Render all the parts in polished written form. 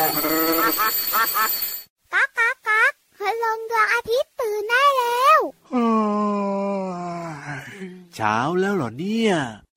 ก๊ากก๊ากก๊ากคืลงดวงอาทิตย์ตื่นได้แล้วเช้าแล้วเหรอเนี่ย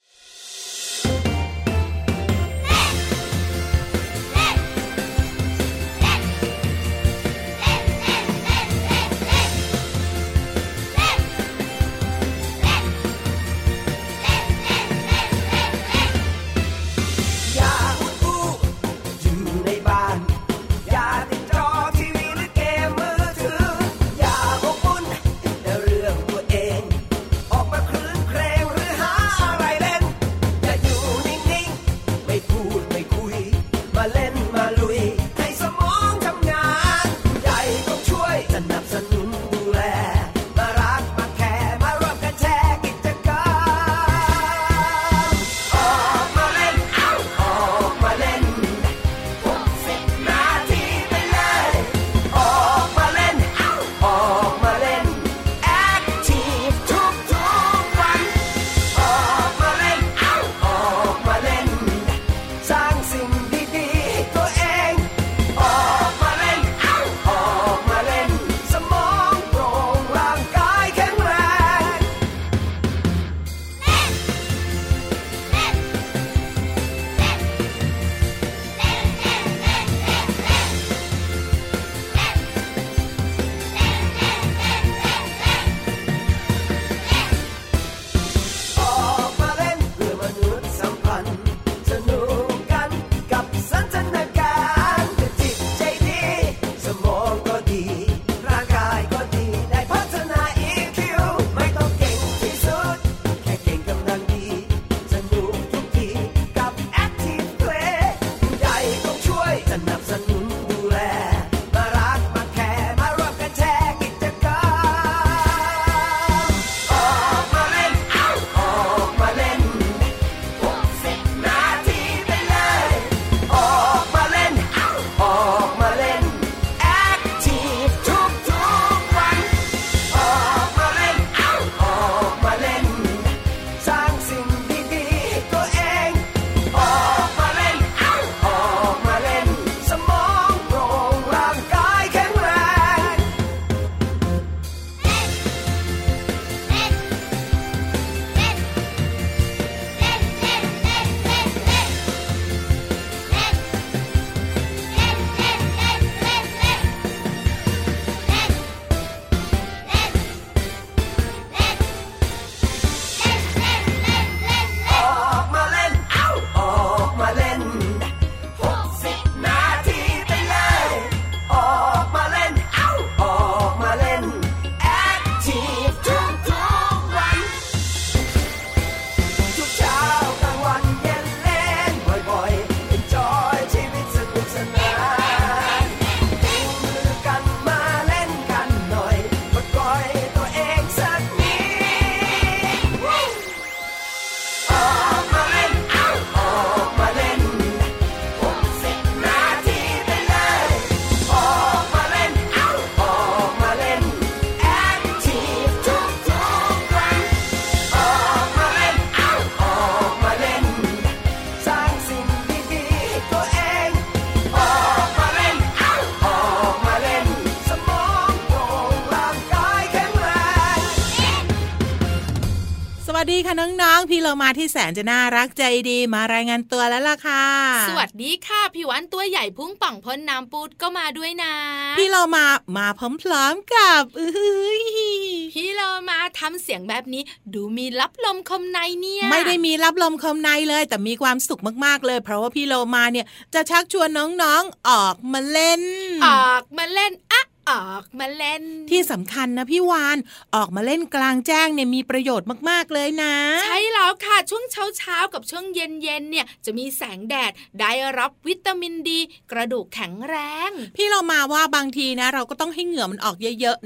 สวัสดีค่ะน้องๆพี่เรามาที่แสนจะน่ารักใจดีมารายงานตัวแล้วล่ะค่ะสวัสดีค่ะพี่วันตัวใหญ่พุ่งป่องพ้นน้ำปูดก็มาด้วยนะพี่เรามาพร้อมๆกับพี่เรามาทำเสียงแบบนี้ดูมีลับลมคมในเนี่ยไม่ได้มีลับลมคมในเลยแต่มีความสุขมากๆเลยเพราะว่าพี่เรามาเนี่ยจะชักชวนน้องๆออกมาเล่นออกมาเล่นออกมาเล่นที่สำคัญนะพี่วานออกมาเล่นกลางแจ้งเนี่ยมีประโยชน์มากๆเลยนะใช่แล้วค่ะช่วงเช้ากับช่วงเย็นเนี่ยจะมีแสงแดดได้รับวิตามินดีกระดูกแข็งแรงพี่เรามาว่าบางทีนะเราก็ต้องให้เหงื่อมันออกเยอะๆเนาะ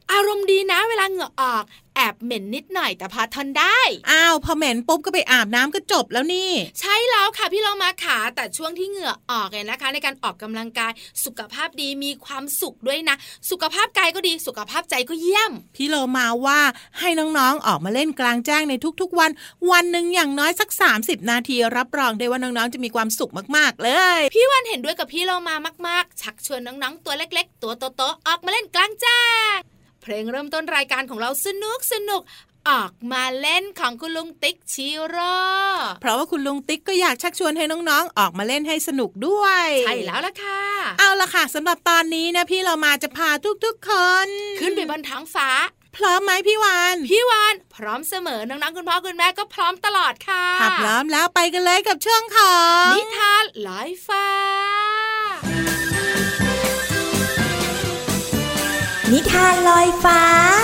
อารมณ์ดีนะเวลาเหงื่อออกแอบเหม็นนิดหน่อยแต่พอทนได้อ้าวพอเหม็นปุ๊บก็ไปอาบน้ำก็จบแล้วนี่ใช่แล้วค่ะพี่เรามาขาแต่ช่วงที่เหงื่อออกเนี่ยนะคะในการออกกำลังกายสุขภาพดีมีความสุขด้วยนะสุขภาพกายก็ดีสุขภาพใจก็เยี่ยมพี่เรามาว่าให้น้องๆออกมาเล่นกลางแจ้งในทุกๆวันนึงอย่างน้อยสัก30นาทีรับรองได้ว่าน้องๆจะมีความสุขมากๆเลยพี่วันเห็นด้วยกับพี่เรามามากๆชักชวนน้องๆตัวเล็กๆตัวโตๆออกมาเล่นกลางแจ้งเพลงเริ่มต้นรายการของเราสนุกออกมาเล่นของคุณลุงติ๊กชิโร่เพราะว่าคุณลุงติ๊กก็อยากชักชวนให้น้องๆออกมาเล่นให้สนุกด้วยใช่แล้วล่ะค่ะเอาล่ะค่ะสำหรับตอนนี้นะพี่เรามาจะพาทุกๆคนขึ้นไปบนท้องฟ้าพร้อมไหมพี่วานพร้อมเสมอน้องๆคุณพ่อคุณแม่ก็พร้อมตลอดค่ะถ้าพร้อมแล้วไปกันเลยกับช่วงของนิทานลอยฟ้านิทานลอยฟ้า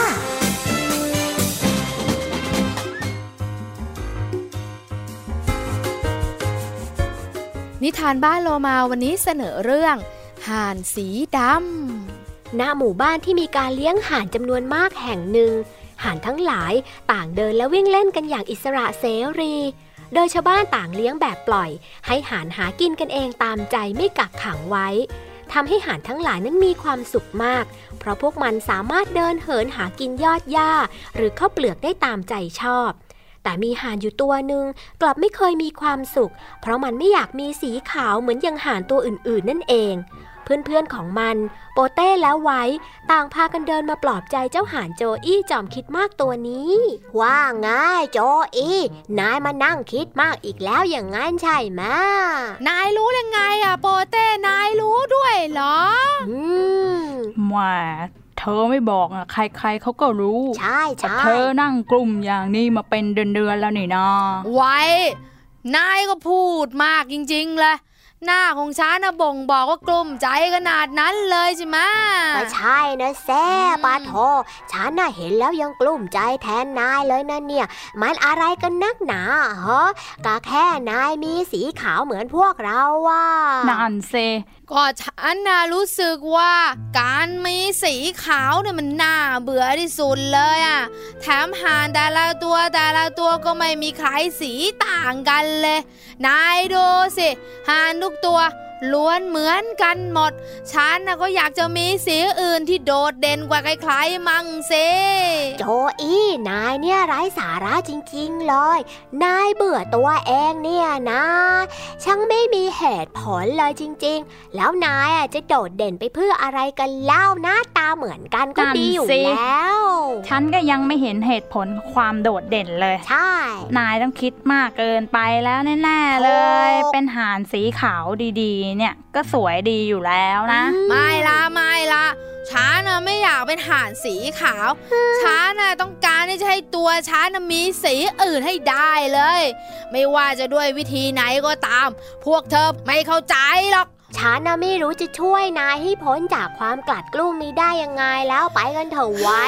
นิทานบ้านโลมาวันนี้เสนอเรื่องห่านสีดำณหมู่บ้านที่มีการเลี้ยงห่านจำนวนมากแห่งหนึ่งห่านทั้งหลายต่างเดินและวิ่งเล่นกันอย่างอิสระเสรีโดยชาวบ้านต่างเลี้ยงแบบปล่อยให้ห่านหากินกันเองตามใจไม่กักขังไว้ทำให้ห่านทั้งหลายนั้นมีความสุขมากเพราะพวกมันสามารถเดินเหินหากินยอดหญ้าหรือข้าวเปลือกได้ตามใจชอบแต่มีห่านอยู่ตัวหนึ่งกลับไม่เคยมีความสุขเพราะมันไม่อยากมีสีขาวเหมือนอย่างห่านตัวอื่นๆนั่นเองเพื่อนๆของมันโปเต้และไว้ต่างพากันเดินมาปลอบใจเจ้าห่านโจอี้จอมคิดมากตัวนี้ว่าไงโจอี้นายมานั่งคิดมากอีกแล้วอย่างงั้นใช่ไหมนายรู้ยังไงอะโปเต้นายรู้ด้วยเหรอแหมเธอไม่บอกอะใครๆเขาก็รู้ใช่ๆเธอนั่งกลุ่มอย่างนี้มาเป็นเดือนๆแล้วนี่นะไว้นายก็พูดมากจริงๆเลยหน้าของฉันนะบ่งบอกว่ากลุ้มใจขนาดนั้นเลยใช่ไหมไม่ใช่นะแซ่ปาโธฉันน่ะเห็นแล้วยังกลุ้มใจแทนนายเลยนะเนี่ยมันอะไรกันนักหนาฮะก็แค่นายมีสีขาวเหมือนพวกเราว่ะนั่นเซก็ฉันน่ะรู้สึกว่าการมีสีขาวเนี่ยมันน่าเบื่อที่สุดเลยอ่ะแถมห่านแต่ละตัวก็ไม่มีใครสีต่างกันเลยนายดูสิห่านทุกตัวล้วนเหมือนกันหมดฉันน่ะก็อยากจะมีสีอื่นที่โดดเด่นกว่าใครๆมั่งสิโจอี้นายเนี่ยไร้สาระจริงๆเลยนายเบื่อตัวเองเนี่ยนะช่างไม่มีเหตุผลเลยจริงๆแล้วนายจะโดดเด่นไปเพื่ออะไรกันเล่าหน้าตาเหมือนกันก็ดีอยู่แล้วฉันก็ยังไม่เห็นเหตุผลความโดดเด่นเลยใช่นายต้องคิดมากเกินไปแล้วแน่ๆเลยเป็นห่านสีขาวดีๆเนี่ยก็สวยดีอยู่แล้วนะไม่ละฉันน่ะไม่อยากเป็นห่านสีขาวฉันน่ะต้องการที่จะให้ตัวฉันมีสีอื่นให้ได้เลยไม่ว่าจะด้วยวิธีไหนก็ตามพวกเธอไม่เข้าใจหรอกฉันน่ะไม่รู้จะช่วยนายให้พ้นจากความกลัดกลุ้มนี้ได้ยังไงแล้วไปกันเถอะไว้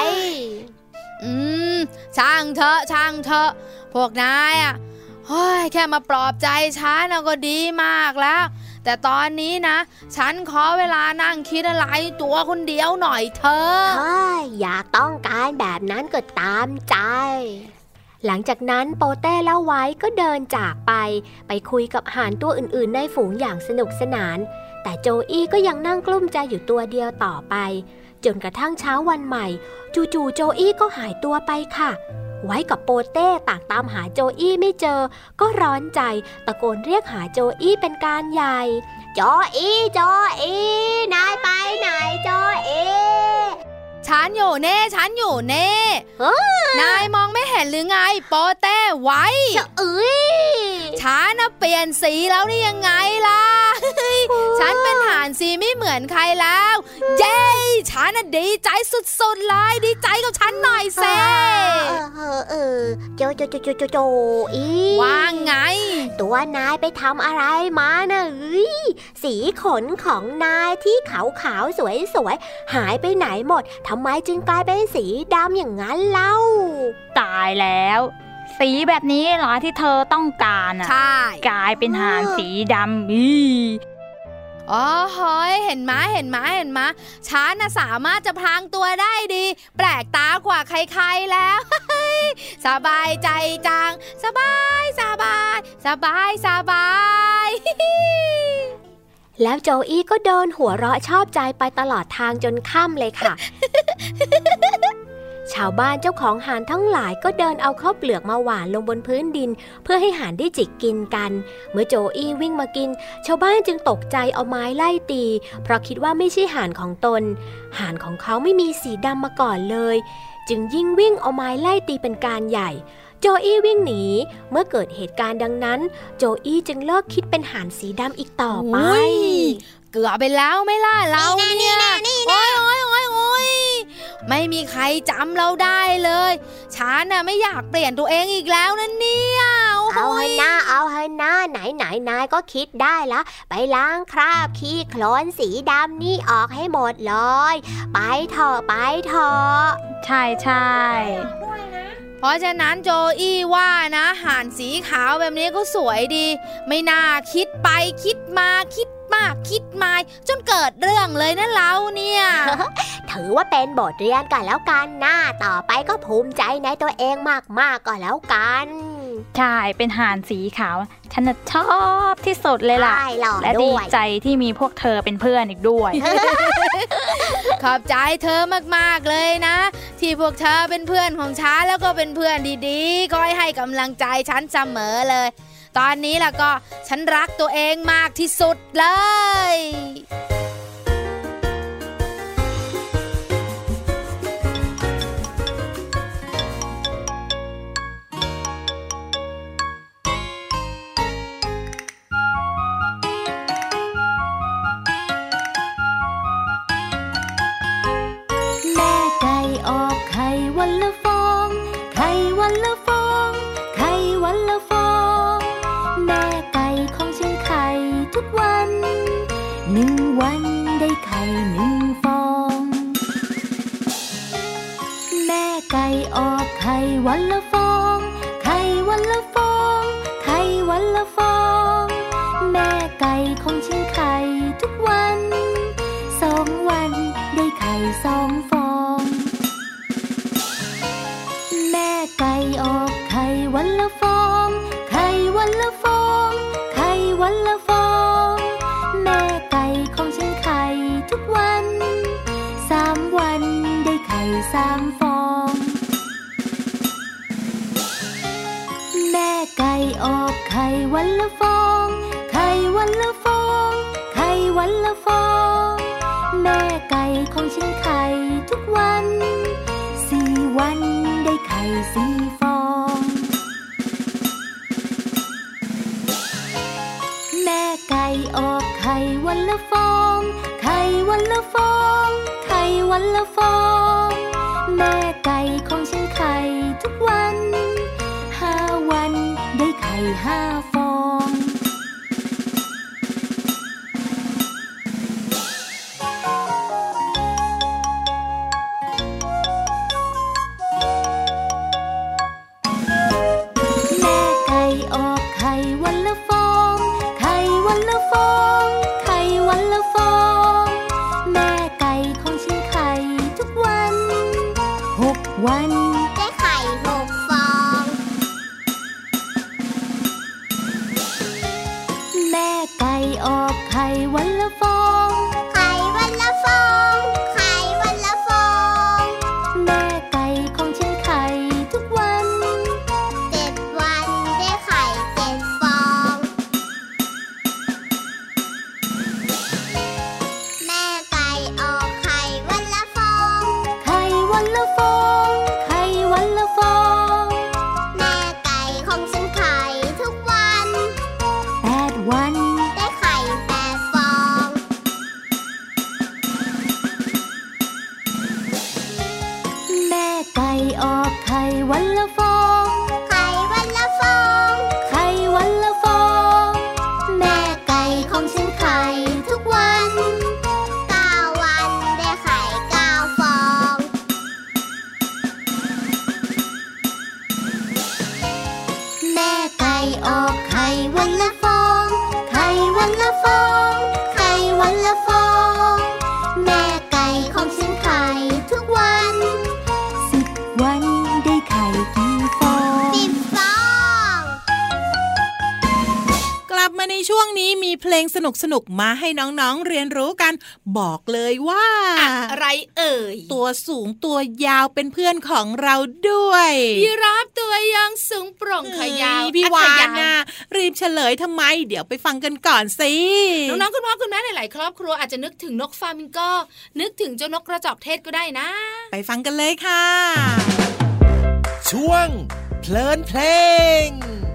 ช่างเถอะพวกนายอ่ะเฮ้ยแค่มาปลอบใจฉันก็ดีมากแล้วแต่ตอนนี้นะฉันขอเวลานั่งคิดอะไรตัวคนเดียวหน่อยเถอะอยากต้องการแบบนั้นก็ตามใจหลังจากนั้นโปเต้และไว้ก็เดินจากไปคุยกับห่านตัวอื่นๆในฝูงอย่างสนุกสนานแต่โจอี้ก็ยังนั่งกลุ้มใจอยู่ตัวเดียวต่อไปจนกระทั่งเช้าวันใหม่จู่ๆโจอี้ก็หายตัวไปค่ะไว้กับโปเต้ต่างตามหาโจอี้ไม่เจอก็ร้อนใจตะโกนเรียกหาโจอี้เป็นการใหญ่โจอี้นายไปไหนโจอี้ฉันอยู่เน่นายมองไม่เห็นหรือไงโปเต้ไว้ฉันเปลี่ยนสีแล้วนี่ยังไงล่ะฉันเป็นห่านสีไม่เหมือนใครแล้วเย้ฉันดีใจสุดๆเลยดีใจกับฉันหน่อยเซ่โจอีว่าไงตัวนายไปทำอะไรมานะสีขนของนายที่ขาวๆสวยๆหายไปไหนหมดทำไมจึงกลายเป็นสีดำอย่างนั้นเล่าตายแล้วสีแบบนี้เหรอที่เธอต้องการอ่ะใช่กลายเป็นห่านสีดำอ๋อหอยเห็นม้าฉันน่ะสามารถจะพรางตัวได้ดีแปลกตากว่าใครๆแล้ว สบายใจจังสบายแล้วโจอี้ก็เดินหัวเราะชอบใจไปตลอดทางจนค่ำเลยค่ะ ชาวบ้านเจ้าของห่านทั้งหลายก็เดินเอาข้าวเปลือกมาหว่านลงบนพื้นดินเพื่อให้ห่านได้จิกกินกันเมื่อโจอี้วิ่งมากินชาวบ้านจึงตกใจเอาไม้ไล่ตีเพราะคิดว่าไม่ใช่ห่านของตนห่านของเขาไม่มีสีดำมาก่อนเลยจึงยิ่งวิ่งเอาไม้ไล่ตีเป็นการใหญ่โจอี้วิ่งหนีเมื่อเกิดเหตุการณ์ดังนั้นโจอี้จึงเลิกคิดเป็นห่านสีดำอีกต่อไปเกือบไปแล้วไม่ล่ะเราเนี่ยโอ๊ยไม่มีใครจำเราได้เลยฉันน่ะไม่อยากเปลี่ยนตัวเองอีกแล้วนะเนี่ยเอาเถอะนะไหนนายก็คิดได้ละไปล้างคราบขี้โคลนสีดำนี่ออกให้หมดเลยไปเถอะใช่เพราะฉะนั้นโจอี้ว่านะห่านสีขาวแบบนี้ก็สวยดีไม่น่าคิดไปคิดมาคิดมากคิดมาจนเกิดเรื่องเลยนะเราเนี่ยถือว่าเป็นบทเรียนกันแล้วกันนะต่อไปก็ภูมิใจในตัวเองมากๆก็แล้วกันใช่เป็นห่านสีขาวฉันน่ะชอบที่สุดเลยล่ะและดีใจที่มีพวกเธอเป็นเพื่อนอีกด้วยขอบใจเธอมากๆเลยนะที่พวกเธอเป็นเพื่อนของฉันแล้วก็เป็นเพื่อนดีๆคอยให้กำลังใจฉันเสมอเลยตอนนี้ล่ะก็ฉันรักตัวเองมากที่สุดเลยวันละฟองไข่วันละฟองไข่วันละฟองแม่ไก่ของฉันไข่ทุกวัน1 วันได้ไข่1 ฟองแม่ไก่ออกไข่วันละฟองไข่วันละฟองไข่วันละฟองแม่ไก่ของฉันไข่ทุกวัน2 วันได้ไข่2 ฟองไก่ออกไข่วันละฟองไข่วันละฟองไข่วันละฟองแม่ไก่ของฉันไข่ทุกวัน3 วันได้ไข่3 ฟองแม่ไก่ออกไข่วันละฟองไข่วันละฟองไข่วันละฟองแม่ไก่ของฉันไข่ทุกวัน4 วันได้ไข่4 ฟองแม่ไก่ออกไข่วันละฟองไข่วันละฟองไข่วันละฟองแม่ไก่ของฉันไข่ทุกวัน5 วันได้ไข่5 ฟองวันได้ไข่มีเพลงสนุกๆมาให้น้องๆเรียนรู้กันบอกเลยว่าอะไรเอ่ยตัวสูงตัวยาวเป็นเพื่อนของเราด้วยยีราฟตัวยาวสูงโปร่งขายาวพี่วานน่ะรีบเฉลยทำไมเดี๋ยวไปฟังกันก่อนสิน้องๆคุณพ่อคุณแม่หลายๆครอบครัวอาจจะนึกถึงนกฟลามิงโกนึกถึงเจ้านกกระจอกเทศก็ได้นะไปฟังกันเลยค่ะช่วงเพลินเพลง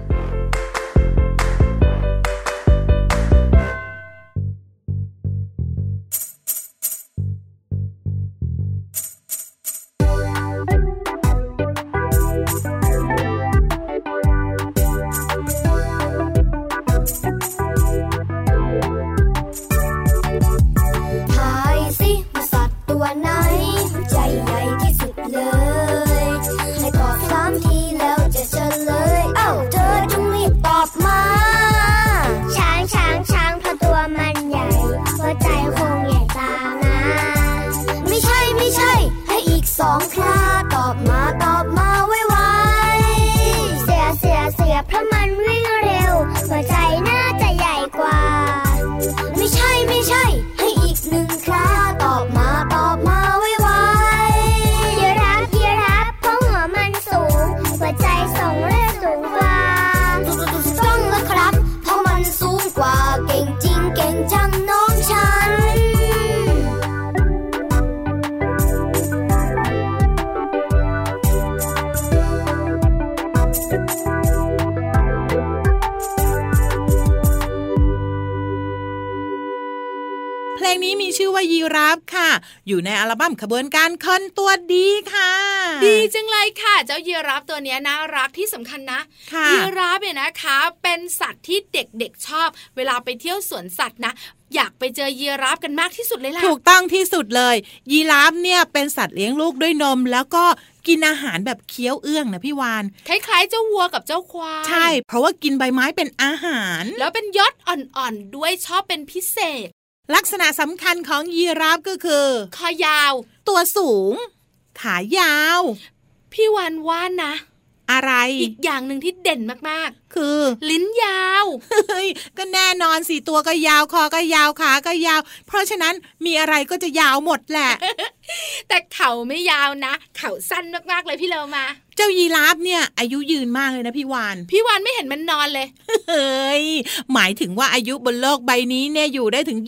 ยีราฟค่ะอยู่ในอัลบั้มขบวนการคนตัวดีค่ะดีจังเลยค่ะเจ้ายีราฟตัวนี้น่ารักที่สำคัญนะยีราฟเนี่ยนะคะเป็นสัตว์ที่เด็กๆชอบเวลาไปเที่ยวสวนสัตว์นะอยากไปเจอยีราฟกันมากที่สุดเลยล่ะถูกต้องที่สุดเลยยีราฟเนี่ยเป็นสัตว์เลี้ยงลูกด้วยนมแล้วก็กินอาหารแบบเคี้ยวเอื้องนะพี่วานคล้ายๆเจ้าวัวกับเจ้าควายใช่เพราะว่ากินใบไม้เป็นอาหารแล้วเป็นยอดอ่อนๆด้วยชอบเป็นพิเศษลักษณะสำคัญของยีราฟก็คือคอยาวตัวสูงขายาวพี่วานว่านะอะไรอีกอย่างหนึ่งที่เด่นมากๆคือลิ้นยาวก็แน่นอนสิตัวก็ยาวคอก็ยาวขาก็ยาวเพราะฉะนั้นมีอะไรก็จะยาวหมดแหละแต่เขาไม่ยาวนะเขาสั้นมากๆเลยพี่เลมาเจ้ายีราฟเนี่ยอายุยืนมากเลยนะพี่วานไม่เห็นมันนอนเลยเฮ้ยหมายถึงว่าอายุบนโลกใบนี้เนี่ยอยู่ได้ถึง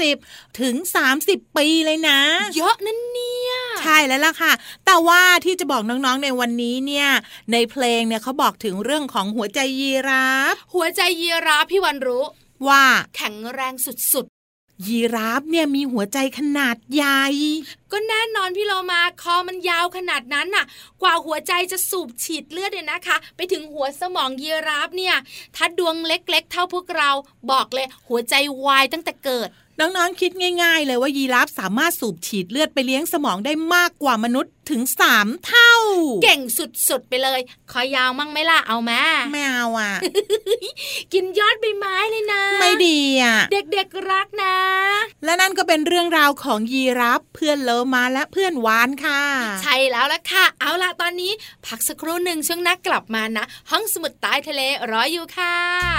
20ถึง30ปีเลยนะเยอะนั่นเนี่ยใช่แล้วล่ะค่ะแต่ว่าที่จะบอกน้องๆในวันนี้เนี่ยในเพลงเนี่ยเขาบอกถึงเรื่องของหัวใจยีราฟหัวใจยีราฟพี่วันรู้ว่าแข็งแรงสุดยีราฟเนี่ยมีหัวใจขนาดใหญ่ก็แน่นอนพี่โลมาคอมันยาวขนาดนั้นน่ะกว่าหัวใจจะสูบฉีดเลือดเนี่ยนะคะไปถึงหัวสมองยีราฟเนี่ยถ้าดวงเล็กๆเท่าพวกเราบอกเลยหัวใจวายตั้งแต่เกิดน้องๆคิดง่ายๆเลยว่ายีราฟสามารถสูบฉีดเลือดไปเลี้ยงสมองได้มากกว่ามนุษย์ถึง3เท่าเก่งสุดๆไปเลยคอยาวมั่งไหมล่ะเอาแม่ไม่เอาอ่ะกินยอดใบไม้เลยนะไม่ดีอ่ะเด็กๆรักนะและนั่นก็เป็นเรื่องราวของยีราฟเพื่อนโลมาและเพื่อนวานค่ะใช่แล้วล่ะค่ะเอาล่ะตอนนี้พักสักครู่นึงช่วงหน้ากลับมานะห้องสมุดใต้ทะเลรออยู่ค่ะ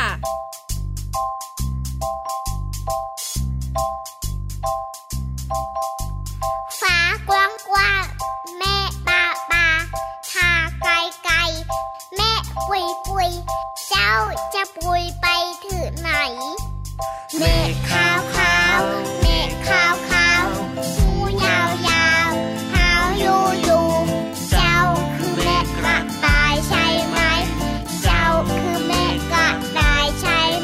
ฟ้ากว้างกว้างแม่ปาปาทาไกลไกลแม่ปุยปุยเจ้าจะปุยไปถึงไหนแม่ขาวขาวแม่ขาวขาวหูยาวยาวหาวยูยูเจ้าคือแม่กระต่ายใช่ไหมเจ้าคือแม่กระต่ายใช่ไหม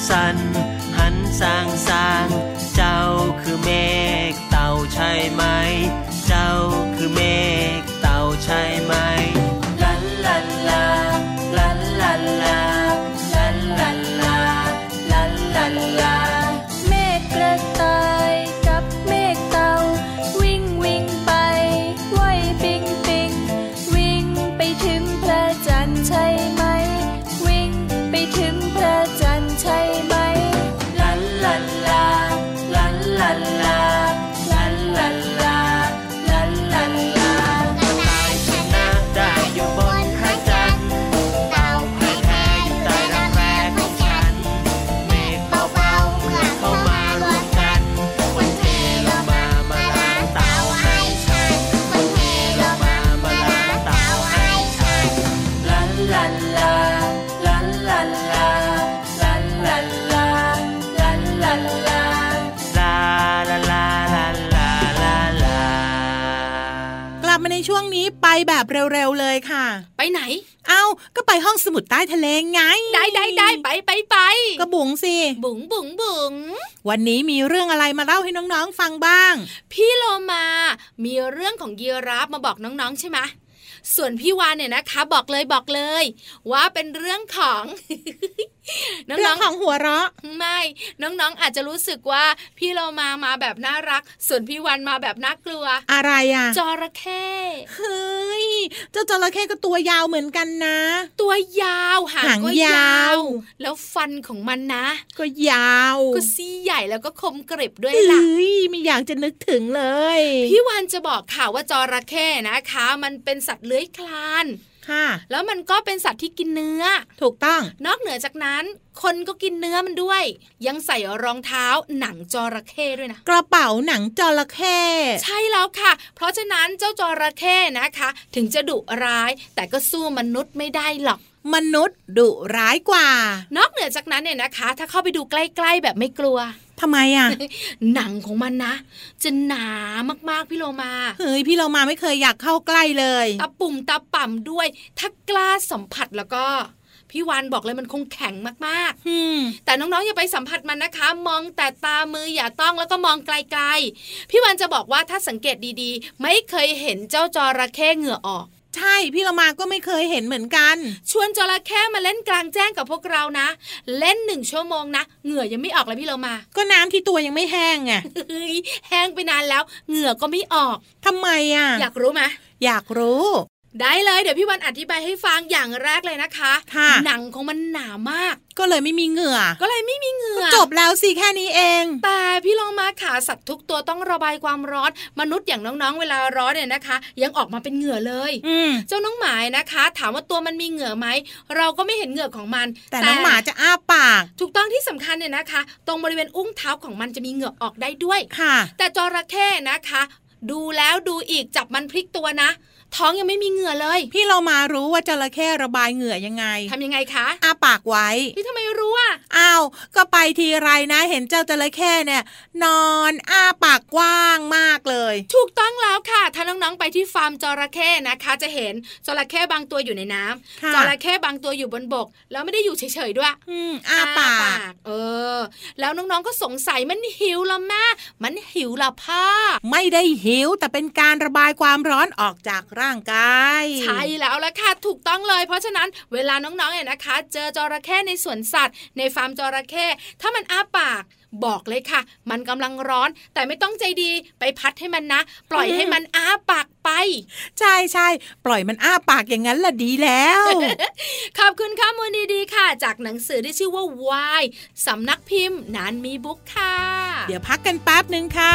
สรรค์หันสร้างสร้างเจ้าคือเมฆเต่าใช่ไหมเจ้าคือเมฆเต่าใช่ไหมลันลันลาลันลันลาลันลันลาลันลันลาเมฆกระต่ายกับเมฆเต่าวิ่งวิ่งไปไว่ายปิงปิงวิ่งไปถึงพระจันทร์ใช่ไหมวิ่งไปถึงพระจันทร์ใช่ไหมลันลันลาลันลันลาลันลันลาลันลันลากระต่ายชนะได้อยู่บนพระจันทร์เต่าแพ้อยู่ใต้รักแร้ของฉันเมฆเบาๆเมื่อเข้ามารวมกันวันเทลงมาล้างเต่าให้ฉันวันเทลงมาล้างเต่าให้ฉันลันลันลาลันลันลาลันลันลาลันลันลาลาลาลาลาลาลาลากลับมาในช่วงนี้ไปแบบเร็วๆเลยค่ะไปไหนเอ้าก็ไปห้องสมุดใต้ทะเลไงได้ไปก็บุ๋งสิบุ๋งวันนี้มีเรื่องอะไรมาเล่าให้น้องๆฟังบ้างพี่โลมามีเรื่องของยีราฟมาบอกน้องๆใช่ไหมส่วนพี่วานเนี่ยนะคะบอกเลยว่าเป็นเรื่องของเรื่องของหัวเราะไม่น้องๆอาจจะรู้สึกว่าพี่โลมาแบบน่ารักส่วนพี่วานมาแบบน่ากลัวอะไรอ่ะจระเข้เฮ้ยเจ้าจระเข้ก็ตัวยาวเหมือนกันนะตัวยาวหางก็ยาวแล้วฟันของมันนะก็ยาวก็ซี่ใหญ่แล้วก็คมกริบด้วยล่ะไม่อยากจะนึกถึงเลยพี่วานจะบอกค่ะว่าจระเข้นะคะมันเป็นสัตว์เลื้อยคลานแล้วมันก็เป็นสัตว์ที่กินเนื้อถูกต้องนอกเหนือจากนั้นคนก็กินเนื้อมันด้วยยังใส่รองเท้าหนังจระเข้ด้วยนะกระเป๋าหนังจระเข้ใช่แล้วค่ะเพราะฉะนั้นเจ้าจระเข้นะคะถึงจะดุร้ายแต่ก็สู้มนุษย์ไม่ได้หรอกมนุษย์ดุร้ายกว่านอกเหนือจากนั้นเนี่ยนะคะถ้าเข้าไปดูใกล้ๆแบบไม่กลัวทำไมอ่ะหนังของมันนะจะหนามากๆพี่โลมาเฮ้ยพี่โลมาไม่เคยอยากเข้าใกล้เลยตาปุ่มตาป่ำด้วยถ้ากล้าสัมผัสแล้วก็พี่วานบอกเลยมันคงแข็งมากๆแต่น้องๆอย่าไปสัมผัสมันนะคะมองแต่ตามืออย่าต้องแล้วก็มองไกลๆพี่วานจะบอกว่าถ้าสังเกตดีๆไม่เคยเห็นเจ้าจระเข้เหงื่อออกใช่พี่เรามาก็ไม่เคยเห็นเหมือนกันชวนจระเข้มาเล่นกลางแจ้งกับพวกเรานะเล่น1 ชั่วโมงนะเหงื่อยังไม่ออกเลยพี่เรามาก็น้ำที่ตัวยังไม่แห้งไงแห้งไปนานแล้วเหงื่อก็ไม่ออกทำไมอ่ะอยากรู้ไหมอยากรู้ได้เลยเดี๋ยวพี่วันอธิบายให้ฟังอย่างแรกเลยนะคะหนังของมันหนามากก็เลยไม่มีเหงื่อจบแล้วสิแค่นี้เองแต่พี่ลองมาขาสัตว์ทุกตัวต้องระบายความร้อนมนุษย์อย่างน้องๆเวลาร้อนเนี่ยนะคะยังออกมาเป็นเหงื่อเลยเจ้าน้องหมานะคะถามว่าตัวมันมีเหงื่อไหมเราก็ไม่เห็นเหงื่อของมันแต่น้องหมาจะอ้าปากถูกต้องที่สำคัญเนี่ยนะคะตรงบริเวณอุ้งเท้าของมันจะมีเหงื่อออกได้ด้วยแต่จระเข้นะคะดูแล้วดูอีกจับมันพลิกตัวนะท้องยังไม่มีเหงื่อเลยพี่เรามารู้ว่าจระเข้ระบายเหงื่อยังไงทำยังไงคะอ้าปากไว้พี่ทำไมรู้อ่ะอ้าวก็ไปทีไรนะเห็นเจ้าจระเข้เนี่ยนอนอ้าปากกว้างมากเลยถูกต้องแล้วค่ะถ้าน้องๆไปที่ฟาร์มจระเข้นะคะจะเห็นจระเข้บางตัวอยู่ในน้ำจระเข้บางตัวอยู่บนบกแล้วไม่ได้อยู่เฉยๆด้วยอ้าปากแล้วน้องๆก็สงสัยมันหิวละแม่มันหิวละพ่อไม่ได้หิวแต่เป็นการระบายความร้อนออกจากร่างกายใช่แล้วละค่ะถูกต้องเลยเพราะฉะนั้นเวลาน้องๆเนี่ยนะคะเจอจระเข้ในสวนสัตว์ในฟาร์มจระเข้ถ้ามันอ้าปากบอกเลยค่ะมันกำลังร้อนแต่ไม่ต้องใจดีไปพัดให้มันนะปล่อยให้มันอ้าปากไปใช่ๆปล่อยมันอ้าปากอย่างนั้นล่ะดีแล้วขอบคุณข้อมูลดีๆค่ะจากหนังสือที่ชื่อว่าวายสำนักพิมพ์นานมีบุ๊กค่ะเดี๋ยวพักกันแป๊บนึงค่ะ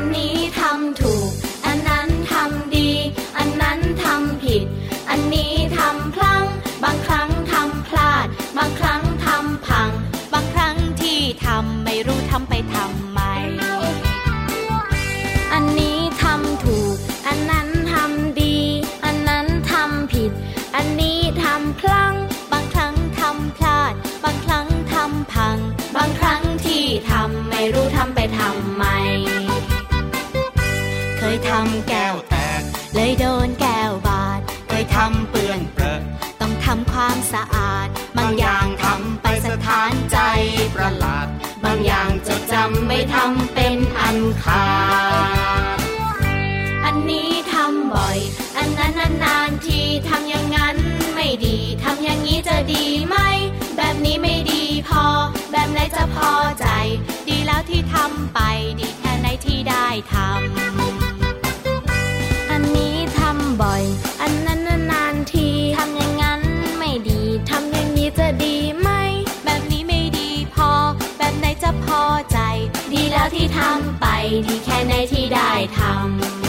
ถูกอันนั้นทำดีอันนั้นทำผิดอันนี้ำพลั้งบางครั้งทำพลาดบางครั้งทำพังบางครั้งที่ทำไม่รู้ทำไปทำไมเคยทำแก้วแตกเลยโดนแก้วบาดเคยทำเปื้อนเปรอะต้องทำความสะอาดบางอย่างทำไปสถานใจประหลาดบางอย่างจดจำไม่ทำเป็นอันขาดอันนี้ทำบ่อยอันนั้นนานๆทีทำอย่างนั้นไม่ดีทำอย่างนี้จะดีไหมแบบนี้ไม่ดีพอแบบไหนจะพอใจดีแล้วที่ทำไปดีแค่ไหนที่ได้ทำอันนี้ทำบ่อยอันนั้นนานๆทีทำอย่างนั้นไม่ดีทำอย่างนี้จะดีไหมแบบนี้ไม่ดีพอแบบไหนจะพอใจดีแล้วที่ทำไปดีแค่ไหนที่ได้ทำ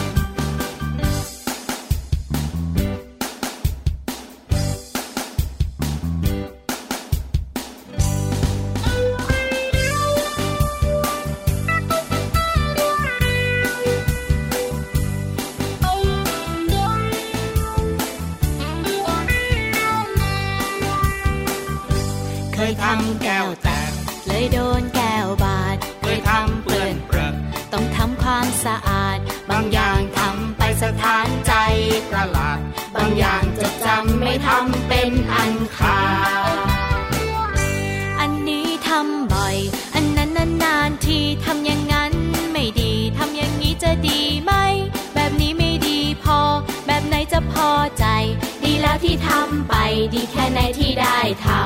เคยทำแก้วแตกเลยโดนแก้วบาดเคยทำเปื้อนเปรอะต้องทำความสะอาดบางอย่างทำไปสถานใจประหลาดบางอย่างจดจำไม่ทำเป็นอันขาดอันนี้ทำบ่อยอันนั้นนานๆทีทำอย่างนั้นไม่ดีทำอย่างนี้จะดีไหมแบบนี้ไม่ดีพอแบบไหนจะพอใจดีแล้วที่ทำไปดีแค่ไหนที่ได้ทำ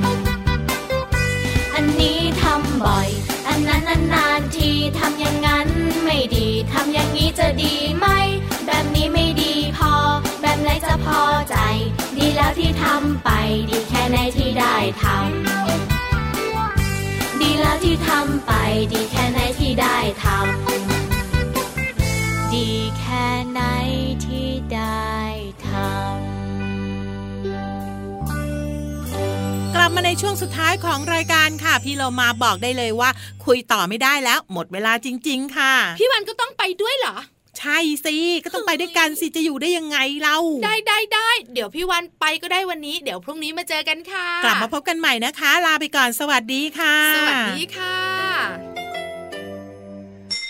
อันนี้ทำบ่อยอันนั้นนานๆทีทำอย่างนั้นไม่ดีทำอย่างนี้จะดีไหมแบบนี้ไม่ดีพอแบบไหนจะพอใจดีแล้วที่ทำไปดีแค่ไหนที่ได้ทำดีแล้วที่ทำไปดีแค่ไหนที่ได้ทำดีแค่ไหนที่ได้ทำกลับมาในช่วงสุดท้ายของรายการค่ะพี่เรามาบอกได้เลยว่าคุยต่อไม่ได้แล้วหมดเวลาจริงๆค่ะพี่วันก็ต้องไปด้วยเหรอใช่สิก็ต้องไปด้วยกันสิจะอยู่ได้ยังไงเราได้เดี๋ยวพี่วันไปก็ได้วันนี้เดี๋ยวพรุ่งนี้มาเจอกันค่ะกลับมาพบกันใหม่นะคะลาไปก่อนสวัสดีค่ะสวัสดีค่ะ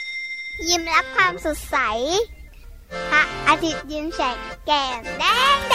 ยิ้มรับความสดใสพระอาทิตย์ยิ้มแฉกแก้มแดง